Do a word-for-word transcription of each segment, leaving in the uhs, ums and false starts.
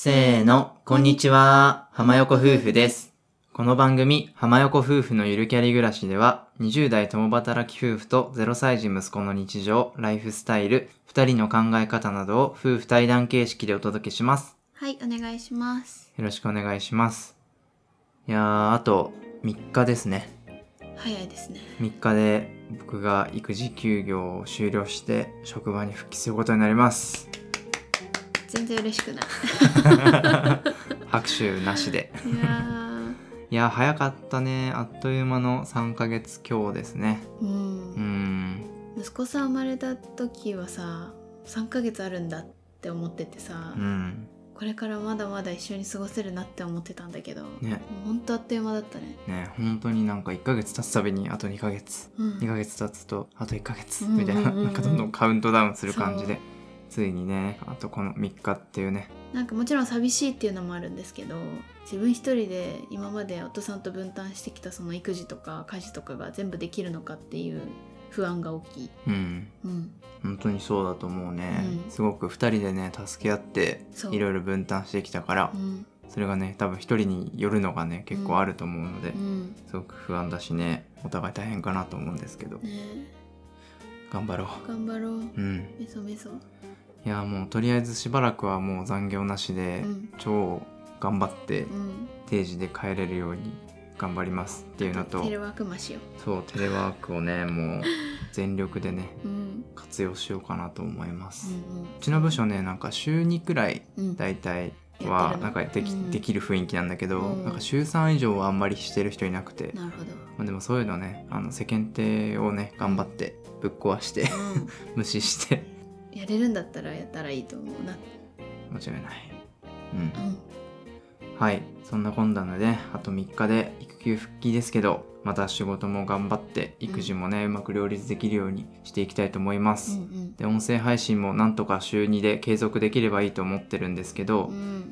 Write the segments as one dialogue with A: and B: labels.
A: せーの、こんにちは。浜横夫婦です。この番組、浜横夫婦のゆるキャリ暮らしでは、にじゅう代共働き夫婦とゼロさい児息子の日常、ライフスタイル、ふたりの考え方などを夫婦対談形式でお届けします。
B: はい、お願いします。
A: よろしくお願いします。いやー、あとみっかですね。
B: 早いですね。
A: みっかで僕が育児休業を終了して職場に復帰することになります。
B: 全然嬉しくない
A: 拍手なしで
B: いや
A: いや早かったね。あっという間のさんかげつ強ですね。
B: うん、
A: うん
B: 息子さん生まれた時はささんかげつあるんだって思っててさ、
A: うん、
B: これからまだまだ一緒に過ごせるなって思ってたんだけど、
A: ね、
B: もうほんとあっという間だったね。
A: ね、本当になんかいっかげつ経つたびにあとにかげつ、
B: うん、
A: にかげつ経つとあといっかげつ
B: うん
A: みたいな、
B: うんうんうん、
A: なんかどんどんカウントダウンする感じで、ついにねあとこのみっかっていうね。
B: なんかもちろん寂しいっていうのもあるんですけど、自分一人で今まで夫さんと分担してきたその育児とか家事とかが全部できるのかっていう不安が大きい。
A: うん、
B: うん、
A: 本当にそうだと思うね、
B: うん、
A: すごくふたりでね助け合っていろいろ分担してきたから、
B: うん、
A: それがね多分ひとりによるのがね結構あると思うので、
B: うん、
A: すごく不安だしね、お互い大変かなと思うんですけど、
B: ね、
A: 頑張ろう。
B: 頑張ろう。
A: うん
B: メソメソ。
A: いやもうとりあえずしばらくはもう残業なしで、
B: うん、
A: 超頑張って
B: うん
A: 定時で帰れるように頑張りますっていうのと、
B: テレワークマしよ
A: そうテレワークをねもう全力でね
B: う。うん
A: 活用しようかなと思います、
B: うん
A: うちの部署ねなんか週にくらい
B: うん
A: だいたい
B: やって
A: は
B: るの
A: なんかでき、
B: うん
A: できる雰囲気なんだけど、
B: うん
A: なんか週さん以上はあんまりしてる人いなくて、
B: なるほど。
A: まあ、でもそういうのねあの世間体をね頑張ってぶっ壊して
B: う
A: 無視して
B: ん、やれるんだったらやったらいいと思うな。
A: 間違いない。うん
B: うん
A: はい、そんなこんなのであとみっかで育休復帰ですけど、また仕事も頑張って育児もね、うん、うまく両立できるようにしていきたいと思います、
B: うんうん、
A: で音声配信もなんとか週にで継続できればいいと思ってるんですけど、
B: うん、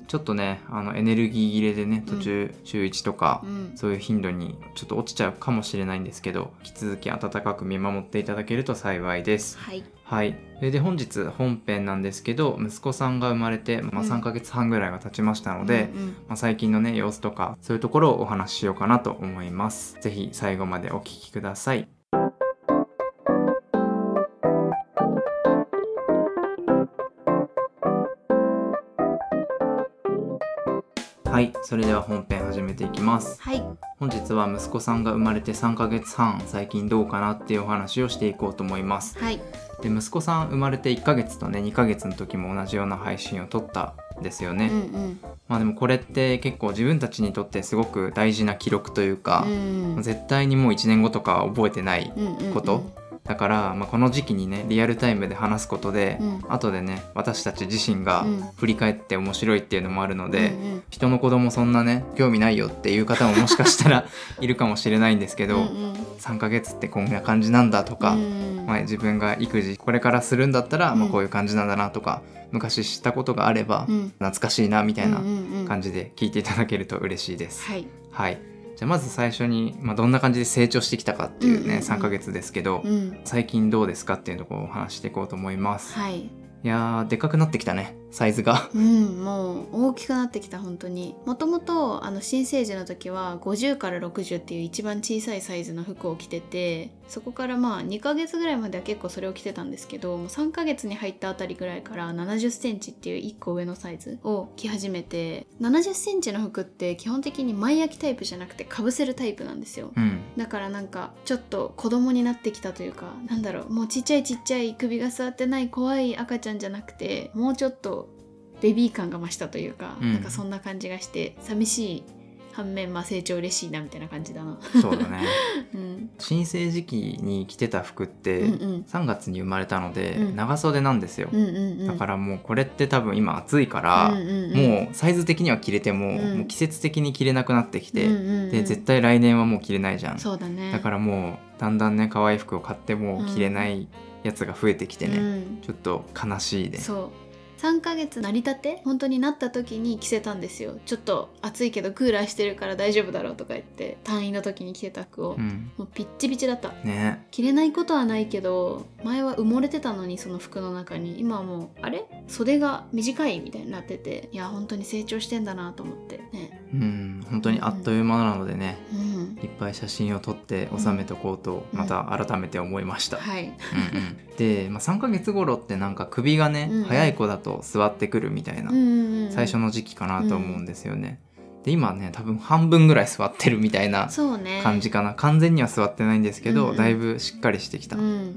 A: ちょっとねあのエネルギー切れでね途中週いちとか、
B: うん、
A: そういう頻度にちょっと落ちちゃうかもしれないんですけど、引き続き温かく見守っていただけると幸いです。
B: はい
A: はい、それで本日本編なんですけど、息子さんが生まれて、まあ、さんかげつはんぐらいが経ちましたので、
B: うんうん
A: まあ、最近のね様子とかそういうところをお話ししようかなと思います。ぜひ最後までお聞きください。はい、それでは本編始めていきます。
B: はい、
A: 本日は息子さんが生まれてさんかげつはん、最近どうかなっていうお話をしていこうと思います。
B: はい、
A: で息子さん生まれていっかげつとねにかげつの時も同じような配信を撮ったんですよね、
B: うんうん
A: まあでもこれって結構自分たちにとってすごく大事な記録というか、
B: うん、
A: 絶対にもういちねんごとかは覚えてないこと、
B: うんうんうん、
A: だから、まあ、この時期にねリアルタイムで話すことで、
B: うん、
A: 後でね私たち自身が
B: うん
A: 振り返って面白いっていうのもあるので、
B: うんうん、
A: 人の子供そんなね興味ないよっていう方ももしかしたらいるかもしれないんですけど、
B: うんうん、
A: さんかげつってこんな感じなんだとか、
B: うん
A: まあ、自分が育児これからするんだったら、
B: うん
A: まあ、こういう感じなんだなとか昔知ったことがあれば、
B: うん
A: 懐かしいなみたいな
B: うんうんうん、
A: 感じで聞いていただけると嬉しいです。
B: はい、
A: はい、じゃあまず最初に、まあ、どんな感じで成長してきたかっていうね、
B: うんうんうん、
A: さんかげつですけど、
B: うん、
A: 最近どうですかっていうところをお話していこうと思います。
B: はい、
A: いやーでかくなってきたねサイズが。
B: うん、もう大きくなってきた。本当にもともとあの新生児の時はごじゅうからろくじゅうっていう一番小さいサイズの服を着てて、そこからまあにかげつぐらいまでは結構それを着てたんですけど、もうさんかげつに入ったあたりぐらいからななじゅっセンチっていういっこ上のサイズを着始めて、ななじゅっセンチの服って基本的に前焼きタイプじゃなくてかぶせるタイプなんですよ、
A: うん、
B: だからなんかちょっと子供になってきたというか、なんだろう、もうちっちゃいちっちゃい首が座ってない怖い赤ちゃんじゃなくて、もうちょっとベビー感が増したというか、
A: うん、
B: なんかそんな感じがして寂しい反面、まあ成長嬉しいなみたいな感じだな。
A: そうだね、
B: うん、
A: 新生時期に着てた服って
B: うんうん、
A: さんがつに生まれたので、
B: うん、
A: 長袖なんですよ、
B: うんうんうん、
A: だからもうこれって多分今暑いから、
B: うんうんうん、
A: もうサイズ的には着れても、
B: うん、
A: もう季節的に着れなくなってきて、
B: うんうんうん、
A: で絶対来年はもう着れないじゃん。
B: そうだね。
A: だからもうだんだんね可愛い服を買っても着れないやつが増えてきてね、
B: うん、
A: ちょっと悲しいね。
B: そうさんかげつ成り立て本当になった時に着せたんですよ。ちょっと暑いけどクーラーしてるから大丈夫だろうとか言って退院の時に着てた服を、
A: うん、
B: もうピッチピチだった
A: ね。
B: 着れないことはないけど、前は埋もれてたのにその服の中に、今はもうあれ袖が短いみたいになってて、いや本当に成長してんだなと思ってね。
A: うん本当にあっという間なのでね、
B: うん、
A: いっぱい写真を撮って収めとこうとまた改めて思いました、
B: はい、
A: うんうん、で、まあ、さんかげつ頃ってなんか首がね、うんうん、早い子だと座ってくるみたいな、うんうんうん、最初の時期かなと思うんですよね、うん、で今ね多分半分ぐらい座ってるみたいな感じかな、ね、完全には座ってないんですけど、うんうん、だいぶしっかりしてきた、うん、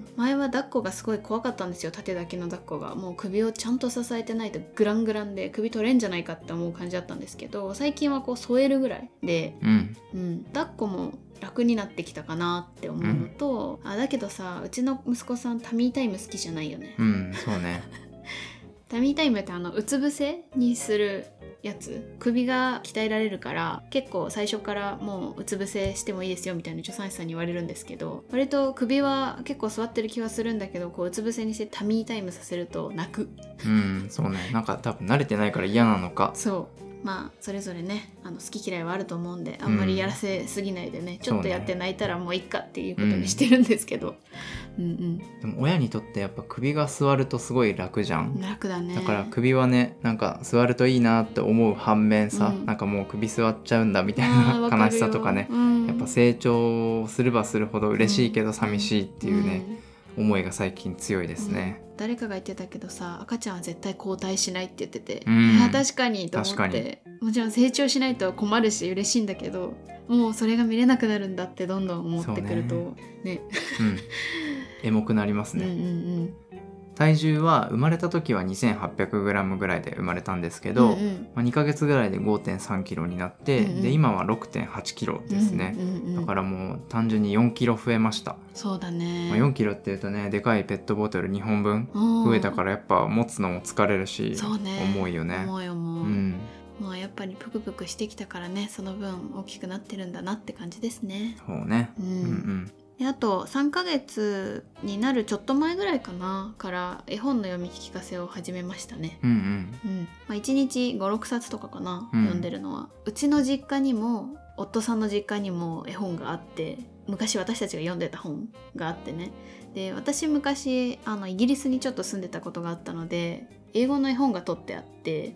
B: 前は抱っこがすごい怖かったんですよ。縦だけの抱っこがもう首をちゃんと支えてないとグラングランで首取れんじゃないかって思う感じだったんですけど、最近はこう添えるぐらいで、うんうん、抱っこも楽になってきたかなって思うのと、うん、あだけどさ、うちの息子さんタミータイム好きじゃないよね。
A: うんそうね
B: タミータイムってあのうつ伏せにするやつ、首が鍛えられるから結構最初からもううつ伏せしてもいいですよみたいな助産師さんに言われるんですけど、割と首は結構座ってる気はするんだけど、こううつ伏せにしてタミータイムさせると泣く。
A: うんそうね、なんか多分慣れてないから嫌なのか。
B: そうまあそれぞれねあの好き嫌いはあると思うんで、あんまりやらせすぎないでね、うん、ちょっとやって泣いたらもういっかっていうことにしてるんですけど、うんうんうん、
A: でも親にとってやっぱ首が座るとすごい楽じゃん。
B: 楽だね。
A: だから首はねなんか座るといいなって思う反面さ、うん、なんかもう首座っちゃうんだみたいな悲しさとかね、うん、やっぱ成長すればするほど嬉しいけど寂しいっていうね、うん、思いが最近強いですね、
B: うん、誰かが言ってたけどさ、赤ちゃんは絶対交代しないって言ってて、うん、いや確かにと思って、もちろん成長しないと困るし嬉しいんだけど、もうそれが見れなくなるんだってどんどん思ってくると ね, ね、うん、
A: エモくなりますね、うんうんうん、体重は生まれた時は にせんはっぴゃくグラム ぐらいで生まれたんですけど、うんうんまあ、にかげつぐらいで ごてんさんキロになって、うんうん、で今は ろくてんはちキロですね、うんうんうん、だからもう単純によんキロ増えました。
B: そうだね、
A: まあ、よんキロっていうとねでかいペットボトルにほんぶん増えたからやっぱ持つのも疲れるし、そうね、重いよね。
B: 重い重い、うん、もうやっぱりプクプクしてきたからね、その分大きくなってるんだなって感じですね。
A: そうね、
B: うんうん、であとさんかげつになるちょっと前ぐらいかなから絵本の読み聞かせを始めましたね、うんうんうんまあ、いちにちごろくさつとかかな、うん、読んでるのは。うちの実家にも夫さんの実家にも絵本があって、昔私たちが読んでた本があってね、で私昔あのイギリスにちょっと住んでたことがあったので英語の絵本が取ってあって、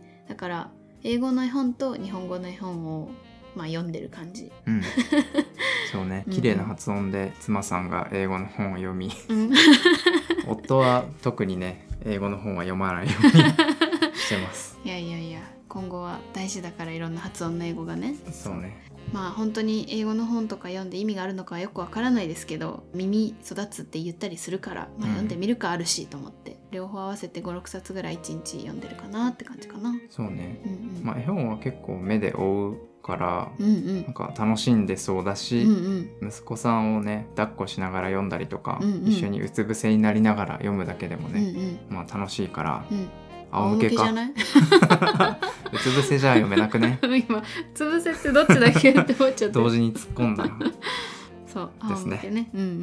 B: だから英語の絵本と日本語の絵本をまあ読んでる感じ、うん、
A: そうね、綺麗な発音で妻さんが英語の本を読み、うん、夫は特にね英語の本は読まないようにしてます
B: いやいやいや、今後は大事だからいろんな発音の英語がね。
A: そうね、
B: まあ本当に英語の本とか読んで意味があるのかはよくわからないですけど、耳育つって言ったりするから、まあ、読んでみるかあるしと思って、うん、両方合わせてごろくさつぐらいいちにち読んでるかなって感じかな。
A: そうね、うんうんまあ、絵本は結構目で追うから、うんうん、なんか楽しんでそうだし、うんうん、息子さんをね抱っこしながら読んだりとか、うんうん、一緒にうつ伏せになりながら読むだけでもね、うんうん、まあ楽しいから、うん仰向けか。仰向けじゃない？うつ伏せじゃ読めなくね
B: 今うつ伏せってどっちだっけって思っちゃって
A: 同時に突っ込んだ
B: そうですね、仰向けね、うんうんうんうん、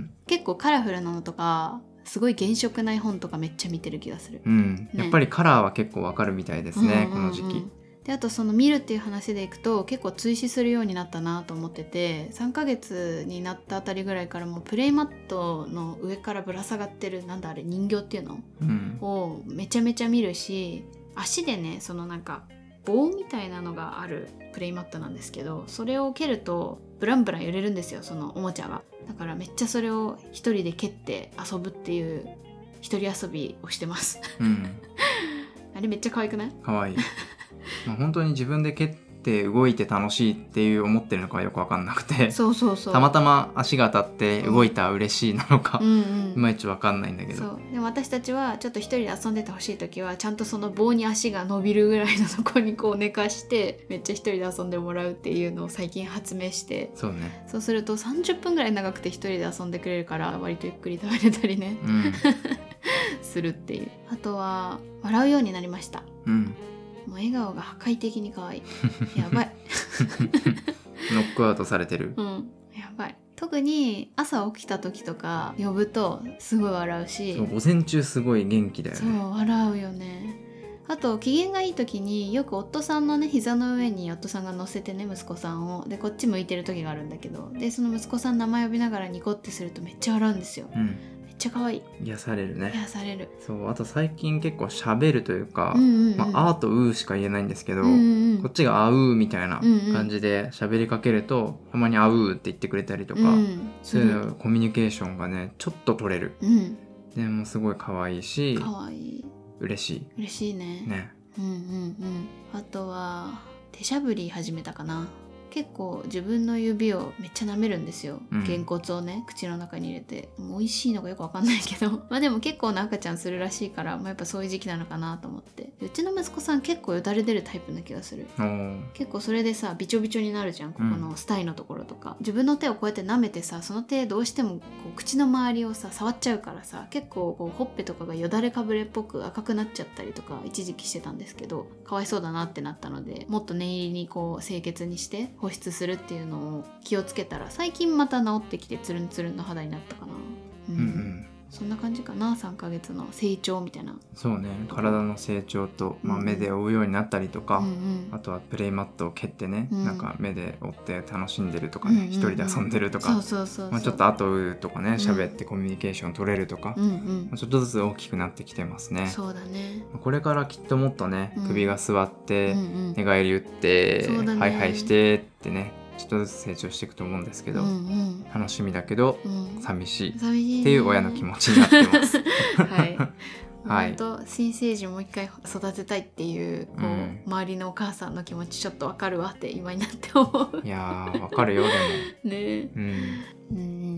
B: 結構カラフルなのとかすごい原色な絵本とかめっちゃ見てる気がする、
A: うんね、やっぱりカラーは結構わかるみたいですね、うんうんうん、この時期
B: で。あとその見るっていう話でいくと結構追試するようになったなと思ってて、さんかげつになったあたりぐらいからもうプレイマットの上からぶら下がってるなんだあれ人形っていうの、うん、をめちゃめちゃ見るし、足でねそのなんか棒みたいなのがあるプレイマットなんですけど、それを蹴るとブランブラン揺れるんですよ、そのおもちゃが。だからめっちゃそれを一人で蹴って遊ぶっていう一人遊びをしてます、うん、あれめっちゃ可愛くない？
A: 可愛いまあ本当に自分で蹴って動いて楽しいっていう思ってるのかはよく分かんなくて、
B: そうそうそう、
A: たまたま足が当たって動いた嬉しいなのか、うんうん、いまいち分かんないんだけど、
B: そうでも私たちはちょっと一人で遊んでてほしい時はちゃんとその棒に足が伸びるぐらいのとこにこう寝かしてめっちゃ一人で遊んでもらうっていうのを最近発明して、
A: そうね、
B: そうするとさんじゅっぷんぐらい長くて一人で遊んでくれるから割とゆっくり食べれたりね、うん、するっていう。あとは笑うようになりました、うんもう笑顔が破壊的に可愛いやばい
A: ノックアウトされてる、
B: うん、やばい。特に朝起きた時とか呼ぶとすごい笑うし、
A: そう午前中すごい元気だよね。
B: そう笑うよね。あと機嫌がいい時によく夫さんのね膝の上に夫さんが乗せてね息子さんをでこっち向いてる時があるんだけど、でその息子さん名前呼びながらニコってするとめっちゃ笑うんですよ、うん、めっちゃ可愛い。
A: 癒されるね。
B: 癒される。
A: そうあと最近結構喋るというか、
B: うんうんうん、
A: まあ、あーとうーしか言えないんですけど、
B: うんうんうん、
A: こっちがあうーみたいな感じで喋りかけると、たまにあうーって言ってくれたりとか、
B: うん、
A: そういうのコミュニケーションがねちょっと取れる、
B: うん、
A: でもすごい可愛いし
B: 可愛い、
A: 嬉しい
B: 嬉しいね。
A: ね。
B: うんうんうん。あとは手しゃぶり始めたかな。結構自分の指をめっちゃ舐めるんですよ、うん、げんこつをね口の中に入れて。もう美味しいのかよくわかんないけどまあでも結構な赤ちゃんするらしいから、まあ、やっぱそういう時期なのかなと思って。うちの息子さん結構よだれ出るタイプな気がする。結構それでさびちょびちょになるじゃん、ここのスタイのところとか、うん、自分の手をこうやって舐めてさ、その手どうしてもこう口の周りをさ触っちゃうからさ、結構こうほっぺとかがよだれかぶれっぽく赤くなっちゃったりとか一時期してたんですけど、かわいそうだなってなったので、もっと念入りにこう清潔にして保湿するっていうのを気をつけたら、最近また治ってきてツルンツルンの肌になったかな。うん、うんうん、そんな感じかな。さんかげつの成長みたいな。
A: そうね、体の成長と、まあ、目で追うようになったりとか、うんうん、あとはプレイマットを蹴ってね、うん、なんか目で追って楽しんでるとかね、うんうんうん、一人で遊んでるとか、ちょっと後追うとかね、喋ってコミュニケーション取れるとか、うんうんまあ、ちょっとずつ大きくなってきてますね。
B: そうだね。
A: これからきっともっとね、首が座って、うんうん、寝返り打って、ね、ハイハイしてってね、ちょっとずつ成長していくと思うんですけど、うんうん、楽しみだけど、うん、寂しいっていう親の気持ちになってます
B: はいはい、本当新生児もう一回育てたいっていう、こう、うん、周りのお母さんの気持ちちょっとわかるわって今になって思う。
A: いやーわかるよでも
B: ね、うん、うん、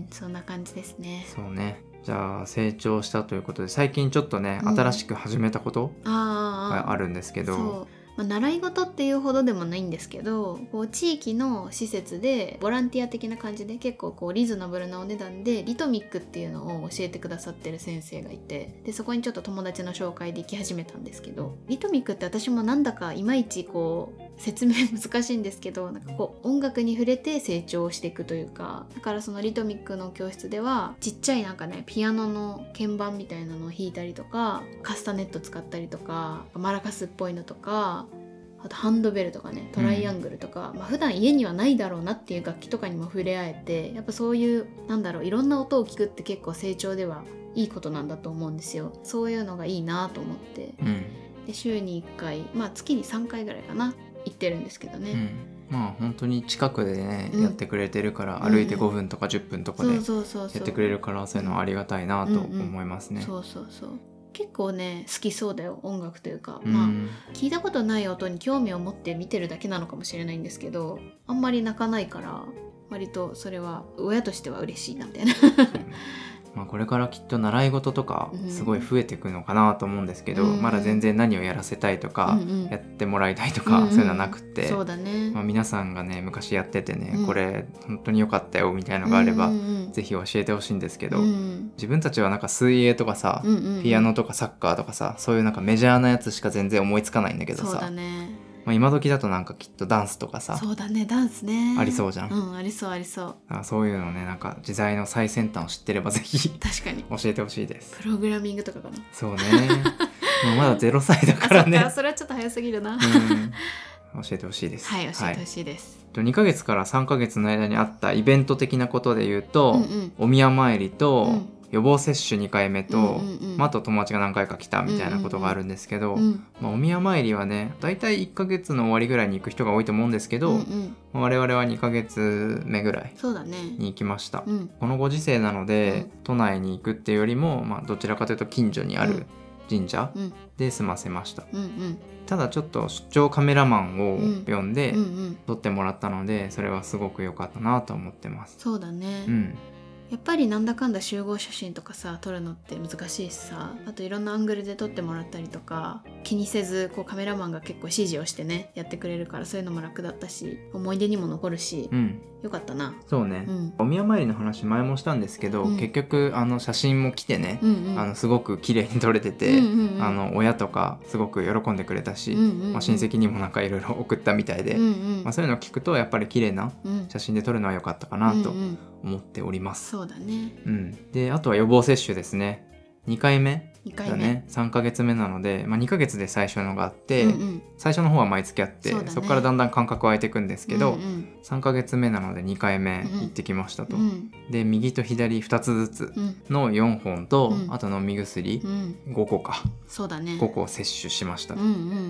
B: そんな感じですね。
A: そうね。じゃあ成長したということで、最近ちょっとね、うん、新しく始めたことがあるんですけど、
B: そうまあ、習い事っていうほどでもないんですけど、こう地域の施設でボランティア的な感じで結構こうリーズナブルなお値段でリトミックっていうのを教えてくださってる先生がいて、でそこにちょっと友達の紹介で行き始めたんですけど、リトミックって私もなんだかいまいちこう説明難しいんですけど、なんかこう音楽に触れて成長していくというか、だからそのリトミックの教室ではちっちゃいなんかねピアノの鍵盤みたいなのを弾いたりとか、カスタネット使ったりとか、マラカスっぽいのとか、あとハンドベルとかね、トライアングルとか、うんまあ、普段家にはないだろうなっていう楽器とかにも触れ合えて、やっぱそういうなんだろういろんな音を聞くって結構成長ではいいことなんだと思うんですよ。そういうのがいいなと思って、うん、で週にいっかい、まあ月にさんかいぐらいかな行ってるんですけどね、うん
A: まあ本当に近くでね、うん、やってくれてるから、歩いてごふんとかじゅっぷんとかでやってくれるから、そういうのはありがたいなと思いますね。
B: そうそうそう、結構ね好きそうだよ音楽というか、うん、まあ聞いたことない音に興味を持って見てるだけなのかもしれないんですけど、あんまり泣かないから割とそれは親としては嬉しいなみたいな
A: まあこれからきっと習い事とかすごい増えていくのかなと思うんですけど、うん、まだ全然何をやらせたいとか、うんうん、やってもらいたいとか、うんうん、そういうのはなくて、
B: そうだね、
A: まあ、皆さんがね昔やっててね、うん、これ本当に良かったよみたいなのがあれば、うんうん、ぜひ教えてほしいんですけど、うん、自分たちはなんか水泳とかさ、うんうんうん、ピアノとかサッカーとかさ、そういうなんかメジャーなやつしか全然思いつかないんだけどさ、
B: そうだね、
A: まあ、今時だとなんかきっとダンスとかさ、
B: そうだねダンスね
A: ありそうじゃん、
B: うんありそうありそう、
A: あそういうのね、なんか時代の最先端を知ってればぜひ
B: 確かに
A: 教えてほしいです。
B: プログラミングとかかな。
A: そうねもうまだゼロさいだからね
B: あ、それはちょっと早すぎるなうん
A: 教えてほしいです。
B: はい教えてほしいです、
A: はい、にかげつからさんかげつの間にあったイベント的なことで言うと、うんうん、お宮参りと、うん予防接種にかいめと、うんうんうんまあ、あと友達が何回か来たみたいなことがあるんですけど、うんうんうんまあ、お宮参りはねだいたいいっかげつの終わりぐらいに行く人が多いと思うんですけど、うんうんまあ、我々はにかげつめぐらいに行きました、ねうん、このご時世なので、うん、都内に行くっていうよりも、まあ、どちらかというと近所にある神社で済ませました、うんうん、ただちょっと出張カメラマンを呼んで撮ってもらったので、それはすごく良かったなと思ってます。
B: そうだね、うんやっぱりなんだかんだ集合写真とかさ撮るのって難しいしさ、あといろんなアングルで撮ってもらったりとか気にせずこうカメラマンが結構指示をしてねやってくれるから、そういうのも楽だったし思い出にも残るし、うん、よかったな。
A: そうね、うん、お宮参りの話前もしたんですけど、うん、結局あの写真も来てね、うんうん、あのすごく綺麗に撮れてて、うんうんうん、あの親とかすごく喜んでくれたし、うんうんうんまあ、親戚にもなんかいろいろ送ったみたいで、うんうんまあ、そういうのを聞くとやっぱり綺麗な写真で撮るのは良かったかなと思っております、
B: うんうん、そうだね、
A: うん、であとは予防接種ですね。にかいめ
B: にかいめ
A: だね、さんかげつめなので、まあ、にかげつで最初のがあって、
B: うんうん、
A: 最初の方は毎月あって
B: そ,、
A: そ,、
B: ね、
A: こからだんだん間隔空いていくんですけど、
B: うんうん、
A: さんかげつめなのでにかいめ行ってきましたと、
B: うん、
A: で右と左ふたつずつ
B: うん
A: のよんほんと、
B: うん、
A: あと飲み薬
B: うん、
A: ごこか、
B: そうだね、
A: ごこを摂取しましたと、
B: うんうん、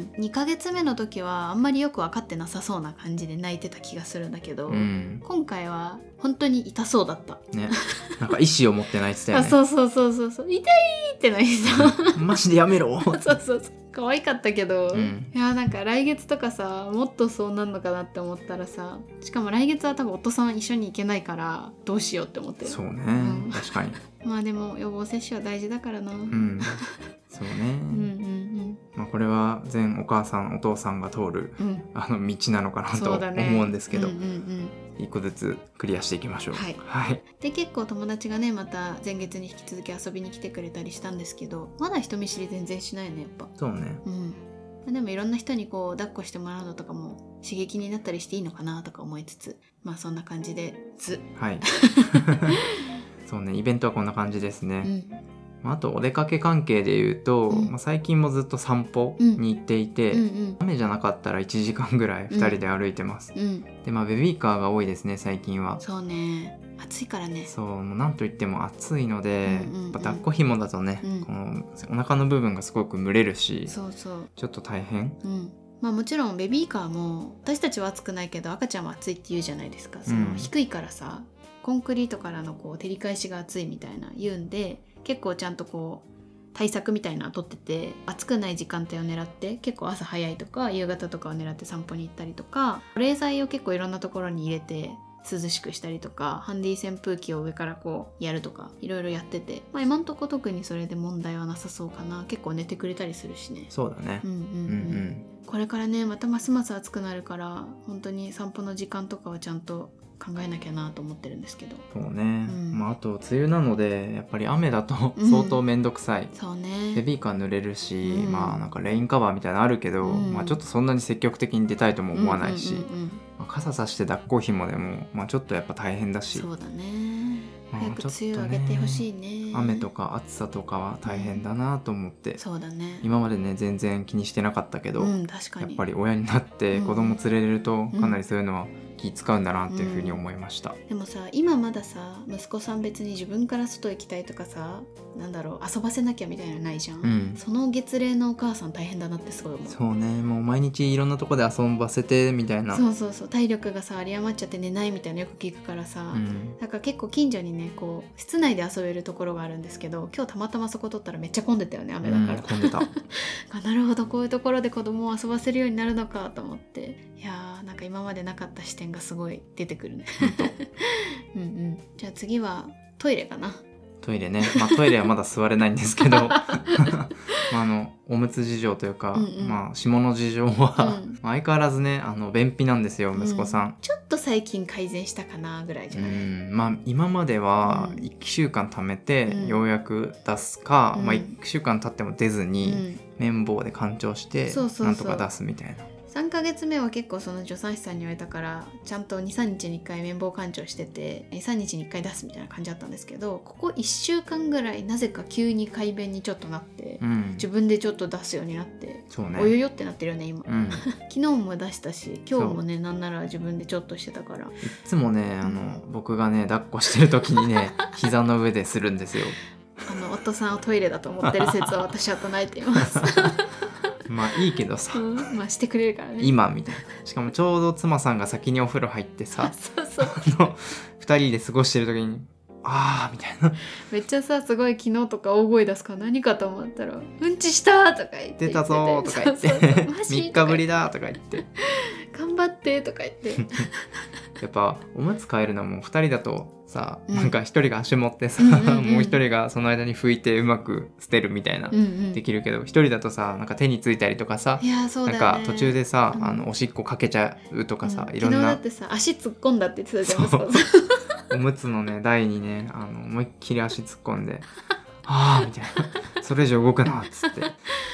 B: にかげつめの時はあんまりよく分かってなさそうな感じで泣いてた気がするんだけど、
A: うん、
B: 今回は本当に痛そうだった
A: ね、なんか意思を持って泣いてたよね
B: あ、そうそうそうそうそう、痛いって泣いてた
A: マジでやめろ
B: そうそうそう、可愛かったけど、
A: うん、
B: いやなんか来月とかさもっとそうなんのかなって思ったらさ、しかも来月は多分夫さん一緒に行けないからどうしようって思ってる。
A: そうね、
B: うん、
A: 確かに
B: まあでも予防接種は大事だからな、うん、
A: うんそうね、
B: うんうん
A: まあ、これは全お母さんお父さんが通る、
B: うん、
A: あの道なのかなと
B: そうだね、
A: 思うんですけど、
B: うんうんうん、
A: 一個ずつクリアしていきましょう。
B: はい、
A: はい、
B: で結構友達がねまた前月に引き続き遊びに来てくれたりしたんですけど、まだ人見知り全然しないねやっぱ。
A: そうね、
B: うんまあ、でもいろんな人にこう抱っこしてもらうのとかも刺激になったりしていいのかなとか思いつつ、まあそんな感じでず
A: はいそうね、イベントはこんな感じですね、
B: うん
A: まあ、あとお出かけ関係で言うと、
B: うん
A: まあ、最近もずっと散歩に行っていて、
B: うんうん
A: 雨じゃなかったらいちじかんぐらいふたりで歩いてます、
B: うん
A: でまあベビーカーが多いですね最近は。
B: そうね、暑いからね。
A: そうもうなんといっても暑いので、
B: うんうんうん
A: やっぱ抱っこ紐だとね、
B: うん
A: このお腹の部分がすごく蒸れるし、
B: そうそう、
A: ちょっと大変。
B: うんまあ、もちろんベビーカーも私たちは暑くないけど赤ちゃんは暑いって言うじゃないですか。その
A: うん
B: 低いからさ、コンクリートからのこう照り返しが暑いみたいな言うんで、結構ちゃんとこう対策みたいなの取ってて、暑くない時間帯を狙って結構朝早いとか夕方とかを狙って散歩に行ったりとか、保冷剤を結構いろんなところに入れて涼しくしたりとか、ハンディ扇風機を上からこうやるとかいろいろやってて、まあ、今んとこ特にそれで問題はなさそうかな。結構寝てくれたりするしね。
A: そうだね、
B: うんうんうん
A: うんうん
B: これからねまたますます暑くなるから本当に散歩の時間とかはちゃんと考えなきゃなと思ってるんですけど。
A: そうね、
B: うん
A: まあ、あと梅雨なのでやっぱり雨だと
B: うん
A: 相当めんどくさい、
B: そうね、
A: ベビーカー濡れるし、
B: うん
A: まあなんかレインカバーみたいなのあるけど、
B: うん
A: まあ、ちょっとそんなに積極的に出たいとも思わないし、
B: うんうんうんうん
A: まあ、傘さして抱っこ紐でも、まあ、ちょっとやっぱ大変だし、
B: そうだね、
A: まあ
B: 早く
A: ちょっとね
B: 梅雨上げてほしいね。
A: 雨とか暑さとかは大変だなと思って、
B: そうだね、
A: 今までね全然気にしてなかったけど、
B: うん確かに
A: やっぱり親になって
B: うん
A: 子供連れれるとかなりそういうのは気使うんだなっていうふうに思いました、
B: でもさ今まださ息子さん別に自分から外行きたいとかさ、なんだろう遊ばせなきゃみたいなのないじゃん、
A: うん
B: その月齢のお母さん大変だなってすごい思う。
A: そうね、もう毎日いろんなとこで遊ばせてみたいな。
B: そうそうそう、体力がさ有り余っちゃって寝ないみたいなよく聞くからさ、
A: うん
B: なんか結構近所にねこう室内で遊べるところがあるんですけど、今日たまたまそこ撮ったらめっちゃ混んでたよね雨だから、
A: うん、混んでた
B: あなるほどこういうところで子供を遊ばせるようになるのかと思って、いやーなんか今までなかった視点がすごい出てくるねうんうんじゃあ次はトイレかな。
A: トイレね、まあ、トイレはまだ座れないんですけどまああのおむつ事情というか、
B: うんうん
A: まあ、下の事情は、
B: うん
A: 相変わらずねあの便秘なんですよ息子さん、
B: ちょっと最近改善したかなぐらいじ
A: う
B: ゃない、
A: んまあ、今までは
B: うん
A: いっしゅうかん貯めて
B: うん
A: ようやく出すか、
B: うん
A: まあ、いっしゅうかん経っても出ず
B: う
A: に
B: ん、
A: 綿棒で干潮して
B: そうそうそう
A: なんとか出すみたいな。
B: さんかげつめは結構その助産師さんに言われたからちゃんとにさんにちにいっかい綿棒干潮しててにさんにちにいっかい出すみたいな感じだったんですけど、ここいっしゅうかんぐらいなぜか急に快便にちょっとなって、
A: うん、
B: 自分でちょっと出すようになって、
A: そうね
B: およよってなってるよね今、
A: うん、い
B: 昨日も出したし今日もねなんなら自分でちょっとしてたから、
A: つもねあの僕がね抱っこしてる時にね膝の上でするんですよ。
B: あの夫さんをトイレだと思ってる説を私は唱えています
A: まあいいけどさ、
B: うんまあしてくれるからね
A: 今みたいな。しかもちょうど妻さんが先にお風呂入ってさ
B: そうそう
A: あのふたりで過ごしてる時にあーみたいな
B: めっちゃさすごい昨日とか大声出すから何かと思ったらうんちしたとか言って
A: 出たぞーとか言って
B: そうそうそうマジ
A: みっかぶりだとか言って
B: 頑張ってとか言って
A: やっぱおむつ替えるのもふたりだとさ、
B: うん
A: なんかひとりが足持ってさ、
B: うんうんうん
A: もうひとりがその間に拭いてうまく捨てるみたいな、
B: うんうん
A: できるけどひとりだとさなんか手についたりとかさ、
B: いやそうだよね
A: なんか途中でさ、
B: うん
A: あのおしっこかけちゃうとかさ、
B: うん
A: いろんな
B: 昨日だってさ足突っ込んだって言ってたじゃん
A: そう
B: 息子さん
A: おむつのね台にねあの思いっきり足突っ込んであーみたいなそれ以上動くなっつって
B: い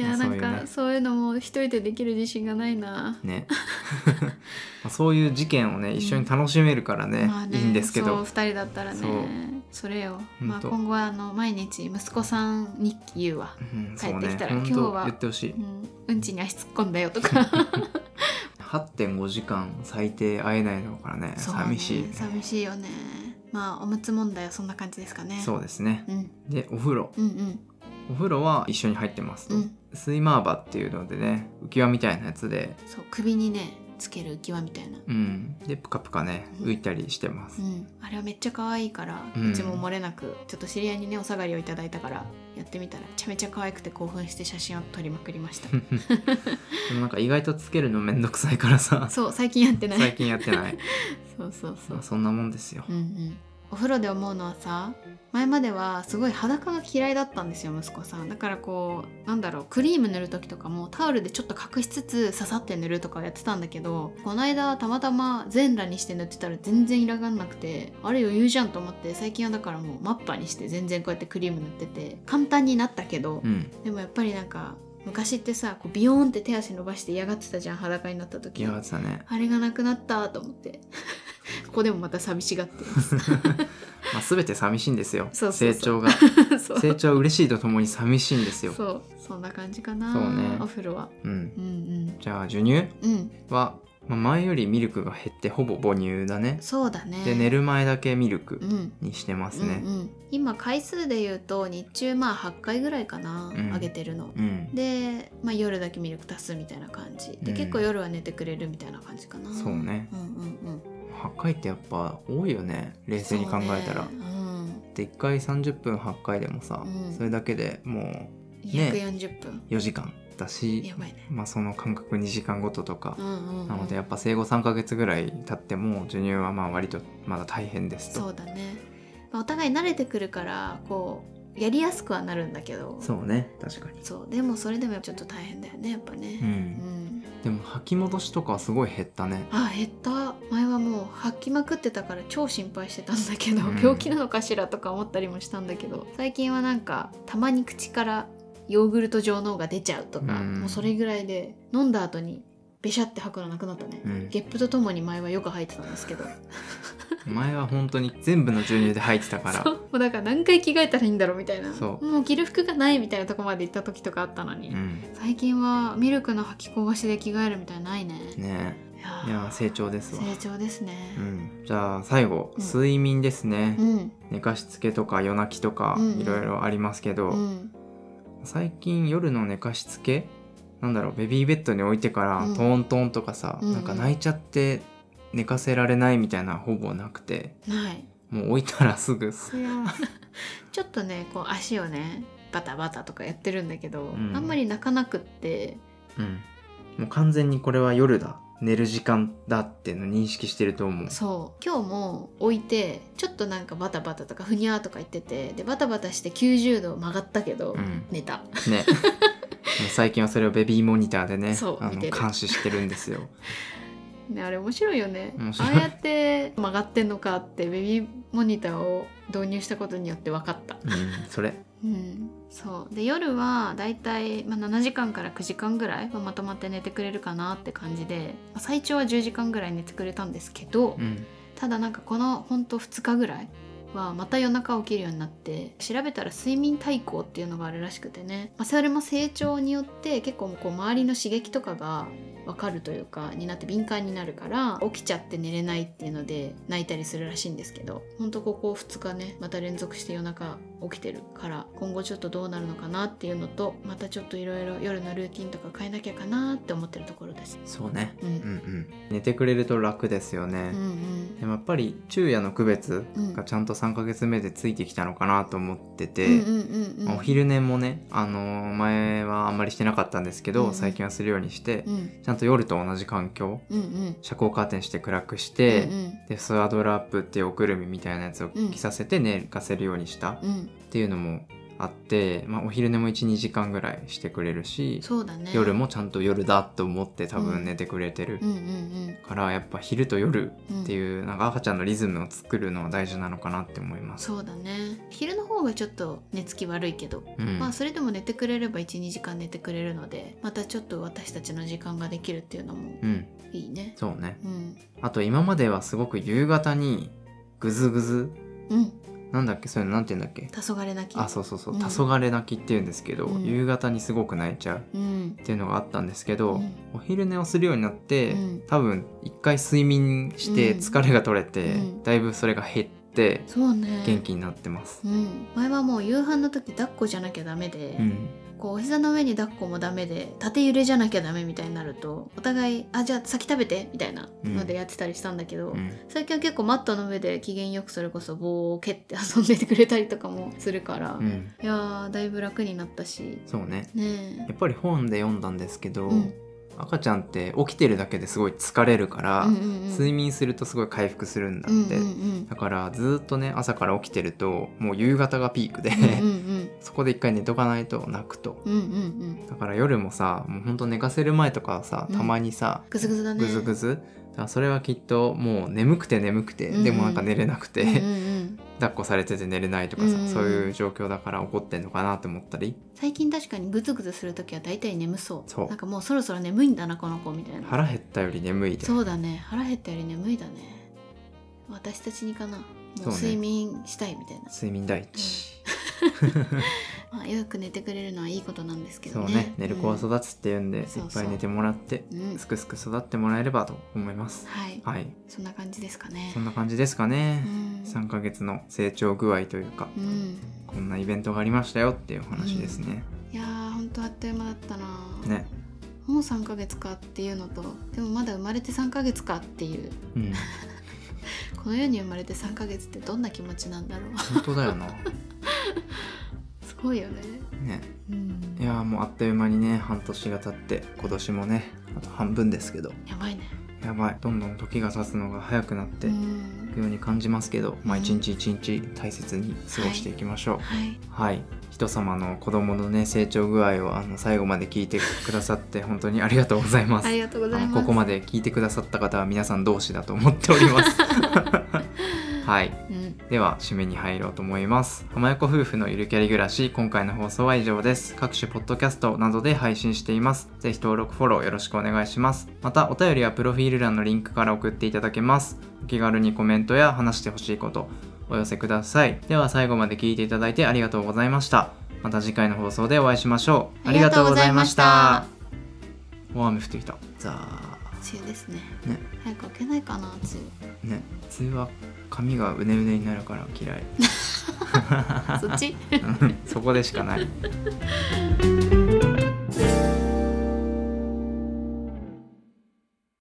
B: いやなん
A: まあそういうね
B: かそういうのも一人でできる自信がないな。
A: ねまあそういう事件をね一緒に楽しめるからね、
B: まあね、
A: いいんですけど、
B: そうふたりだったら
A: そう
B: ねそれよ、まあ、
A: ほんと
B: 今後はあの毎日息子さん日記言うわ、
A: うん、
B: 帰ってきたら、
A: そうね、
B: 今日は
A: ほんと言ってほしい。
B: うん、うんちに足突っ込んだよとか
A: はってんごじかん最低会えないのからね、
B: そうね
A: 寂しい、ね、
B: 寂しいよね。まあおむつ問題はそんな感じですかね。
A: そうですね。
B: うん
A: でお風呂
B: うんうん
A: お風呂は一緒に入ってますと、
B: うん
A: スイマーバっていうのでね、浮き輪みたいなやつで、
B: そう首にねつける浮き輪みたいな、
A: うんでプカプカね浮いたりしてます
B: う、ん、あれはめっちゃ可愛いから、
A: う
B: うんちも漏れなくちょっと知り合いにねお下がりをいただいたからやってみたらめちゃめちゃ可愛くて興奮して写真を撮りまくりました
A: でもなんか意外とつけるのめんどくさいからさ
B: そう最近やってない
A: 最近やってない
B: そうそうそう
A: まあそんなもんですよ、
B: うんうんお風呂で思うのはさ、前まではすごい裸が嫌いだったんですよ息子さん。だからこうなんだろう、クリーム塗る時とかもタオルでちょっと隠しつつささって塗るとかやってたんだけど、この間たまたま全裸にして塗ってたら全然色がんなくて、あれ余裕じゃんと思って、最近はだからもうマッパにして全然こうやってクリーム塗ってて簡単になったけど、
A: うん
B: でもやっぱりなんか昔ってさこうビヨーンって手足伸ばして嫌がってたじゃん、裸になった時。
A: いやさね
B: あれがなくなったと思ってここでもまた寂しがってます
A: まあ全て寂しいんですよ。
B: そうそうそう
A: 成長が
B: そう
A: 成長は嬉しいとともに寂しいんですよ。
B: そうそんな感じかな。
A: そうね
B: お風呂は
A: うん、
B: うん
A: じゃあ授乳
B: うんうん
A: は、まあ、前よりミルクが減ってほぼ母乳だね。
B: そうだね。
A: で寝る前だけミルク
B: うん
A: にしてますね。
B: うんうん、今回数で言うと日中まあはちかいぐらいかな、
A: うん
B: あげてるの
A: うん、
B: で、まあ、夜だけミルク足すみたいな感じで、
A: うん
B: 結構夜は寝てくれるみたいな感じかな。
A: そうね
B: うんうんうん
A: はちかいってやっぱ多いよね、冷静に考えたら。
B: そうねうん、
A: でいっかいさんじゅっぷんはちかいでもさ、
B: うん
A: それだけでも
B: ひゃくよんじゅっぷん、
A: うよじかんだし、
B: やばいね。
A: まあ、その間隔にじかんごととか、
B: うんうんうん、
A: なのでやっぱ生後さんかげつぐらい経っても授乳はまあ割とまだ大変ですと。
B: そうだね、まあお互い慣れてくるからこうやりやすくはなるんだけど、
A: そうね、確かに。
B: そうでもそれでもちょっと大変だよねやっぱね。
A: うん
B: うん
A: でも吐き戻しとかはすごい減ったね。
B: あ減った。前はもう吐きまくってたから超心配してたんだけど、
A: うん
B: 病気なのかしらとか思ったりもしたんだけど、最近はなんかたまに口からヨーグルト状のが出ちゃうとか、
A: うん
B: もうそれぐらいで飲んだ後にベシャって吐くのなくなったね、
A: うん
B: ゲップとともに前はよく吐いてたんですけど
A: 前は本当に全部の授乳で吐いてたから
B: そうもうだから何回着替えたらいいんだろうみたいな、
A: そう
B: もう着る服がないみたいなとこまで行った時とかあったのに、
A: うん
B: 最近はミルクの吐きこぼしで着替えるみたいなのないね。
A: ね
B: いやー
A: いや成長ですわ。
B: 成長ですね。
A: うん、じゃあ最後、
B: うん
A: 睡眠ですね、
B: うん
A: 寝かしつけとか夜泣きとか
B: うんうん
A: いろいろありますけど、
B: うん
A: 最近夜の寝かしつけなんだろう、ベビーベッドに置いてから
B: うん
A: トントンとかさ、
B: うんうん
A: なんか泣いちゃって寝かせられないみたいなほぼなくて、
B: ない
A: もう置いたらすぐすや
B: ちょっとねこう足をねバタバタとかやってるんだけど、
A: うん
B: あんまり泣かなくって
A: うんもう完全にこれは夜だ、寝る時間だっていうの認識してると思う。
B: そう今日も置いてちょっとなんかバタバタとかふにゃーとか言ってて、でバタバタしてきゅうじゅうど曲がったけど、
A: うん
B: 寝た。
A: ねもう最近はそれをベビーモニターでねあの
B: そう見てる
A: 監視してるんですよ。
B: ね、あれ面白いよね。
A: 面白い
B: ああやって曲がってんのかってベビーモニターを導入したことによって分かった。
A: うんそれ
B: うん、そうで夜はだいたい、まあ、ななじかんからくじかんぐらいはまとまって寝てくれるかなって感じで、まあ最長はじゅうじかんぐらい寝てくれたんですけど、
A: うん
B: ただなんかこのほんとふつかぐらいはまた夜中起きるようになって、調べたら睡眠対抗っていうのがあるらしくてね、まあ、それも成長によって結構こう周りの刺激とかが分かるというかになって敏感になるから起きちゃって寝れないっていうので泣いたりするらしいんですけど、ほんとここふつかねまた連続して夜中起きてるから今後ちょっとどうなるのかなっていうのと、またちょっといろいろ夜のルーティンとか変えなきゃかなって思ってるところです。
A: そうね、
B: うん
A: うんうん寝てくれると楽ですよね、
B: うんうん
A: でもやっぱり昼夜の区別
B: うん
A: がちゃんとさんかげつめでついてきたのかなと思ってて、
B: うんうんうんうん
A: まあお昼寝もね、あのー前はあんまりしてなかったんですけど、
B: うんうん
A: 最近はするようにして、
B: うん
A: ちゃんと夜と同じ環境、
B: うんうん
A: 遮光カーテンして暗くして、
B: うんうん
A: でスワドラップっていうおくるみみたいなやつを着させて寝かせるようにしたっ
B: うん
A: ていうのもあって、まあ、お昼寝も いちにじかんぐらいしてくれるし、
B: そうだね。
A: 夜もちゃんと夜だと思って多分寝てくれてる、
B: うんうんうん
A: から、やっぱ昼と夜
B: うん
A: っていう、なんか赤ちゃんのリズムを作るのは大事なのかなって思います。
B: そうだね。昼の方がちょっと寝つき悪いけど、
A: うん
B: まあそれでも寝てくれれば いちにじかん寝てくれるので、またちょっと私たちの時間ができるっていうのも
A: うん
B: いいね。
A: そうね。
B: うん
A: あと今まではすごく夕方にグズグズ
B: うん
A: なんだっけ、そういうのなんて言うんだっけ、
B: 黄昏泣き。
A: あ、そうそうそう、
B: うん
A: 黄昏泣きっていうんですけど、
B: うん
A: 夕方にすごく泣いちゃう
B: うん
A: っていうのがあったんですけど、
B: うん
A: お昼寝をするようになって、
B: うん
A: 多分一回睡眠して疲れが取れて、
B: うん
A: だいぶそれが減って
B: そうね。
A: 元気になってます。
B: うん、前はもう夕飯の時抱っこじゃなきゃダメで、
A: うん
B: こうお膝の上に抱っこもダメで縦揺れじゃなきゃダメみたいになるとお互いあじゃあ先食べてみたいなのでやってたりしたんだけど、
A: うん
B: 最近は結構マットの上で機嫌よくそれこそ棒を蹴って遊んでてくれたりとかもするから、
A: うん、
B: いやーだいぶ楽になったし
A: そうね。
B: ね
A: やっぱり本で読んだんですけど、
B: うん
A: 赤ちゃんって起きてるだけですごい疲れるから、
B: うんうんうん
A: 睡眠するとすごい回復するんだって、
B: うんうんうん
A: だからずっとね朝から起きてるともう夕方がピークで、
B: うんうん
A: そこで一回寝とかないと泣くと。
B: うんうんうん
A: だから夜もさ、もうほんと寝かせる前とかはさ、
B: うん
A: たまにさ、
B: グズグズだね
A: ぐずぐず、だからそれはきっともう眠くて眠くて、
B: うんうん
A: でもなんか寝れなくて、
B: うんうんうん
A: 抱っこされてて寝れないとかさ、
B: うんうん
A: そういう状況だから怒ってんのかなって思ったり、
B: 最近確かにグズグズするときは大体眠そう
A: そう
B: なんかもうそろそろ眠いんだなこの子みたいな。
A: 腹減ったより眠いで。
B: そうだね、腹減ったより眠いだね。私たちにかな、も
A: そううね
B: 睡眠したいみたいな、
A: 睡眠第一。
B: まあ、よく寝てくれるのはいいことなんですけどね。
A: そうね、寝る子は
B: うん
A: 育つっていうんで、
B: そうそう
A: いっぱい寝てもらって、
B: うん
A: すくすく育ってもらえればと思います。
B: はい、
A: はい、
B: そんな感じですかね
A: そ。んな感じですかね。
B: うん
A: さんかげつの成長具合というか、
B: うん、
A: こんなイベントがありましたよっていう話ですね。
B: いやーほんとあっという間だったな、
A: ね、
B: もうさんかげつかっていうのと、でもまだ生まれてさんかげつかっていう、
A: うん、
B: この世に生まれてさんかげつってどんな気持ちなんだろう
A: 本当だよな。
B: すごいよね。
A: ね、
B: うん
A: いやーもうあっという間にね半年が経って今年もねあと半分ですけど、
B: やばいね。
A: やばい、どんどん時が経つのが早くなってい
B: うん
A: くように感じますけど、まあ
B: うん
A: 一日一日大切に過ごしていきましょう。
B: はい、
A: はい、人様の子供のね成長具合をあの最後まで聞いてくださって本当にありがとうございます。
B: ありがとうございます。
A: あのここまで聞いてくださった方は皆さん同志だと思っております。はい、
B: うん、
A: では締めに入ろうと思います。浜横夫婦のゆるキャリ暮らし、今回の放送は以上です。各種ポッドキャストなどで配信しています。ぜひ登録フォローよろしくお願いします。またお便りはプロフィール欄のリンクから送っていただけます。お気軽にコメントや話してほしいことお寄せください。では最後まで聞いていただいてありがとうございました。また次回の放送でお会いしましょう。ありがとうございました。大雨降ってきた。ザー。
B: 梅雨ですね。
A: ね、
B: 早く開けないかな、梅
A: ね、梅雨は髪がうねうねになるから嫌い。
B: 雨。そっち
A: そこでしかない。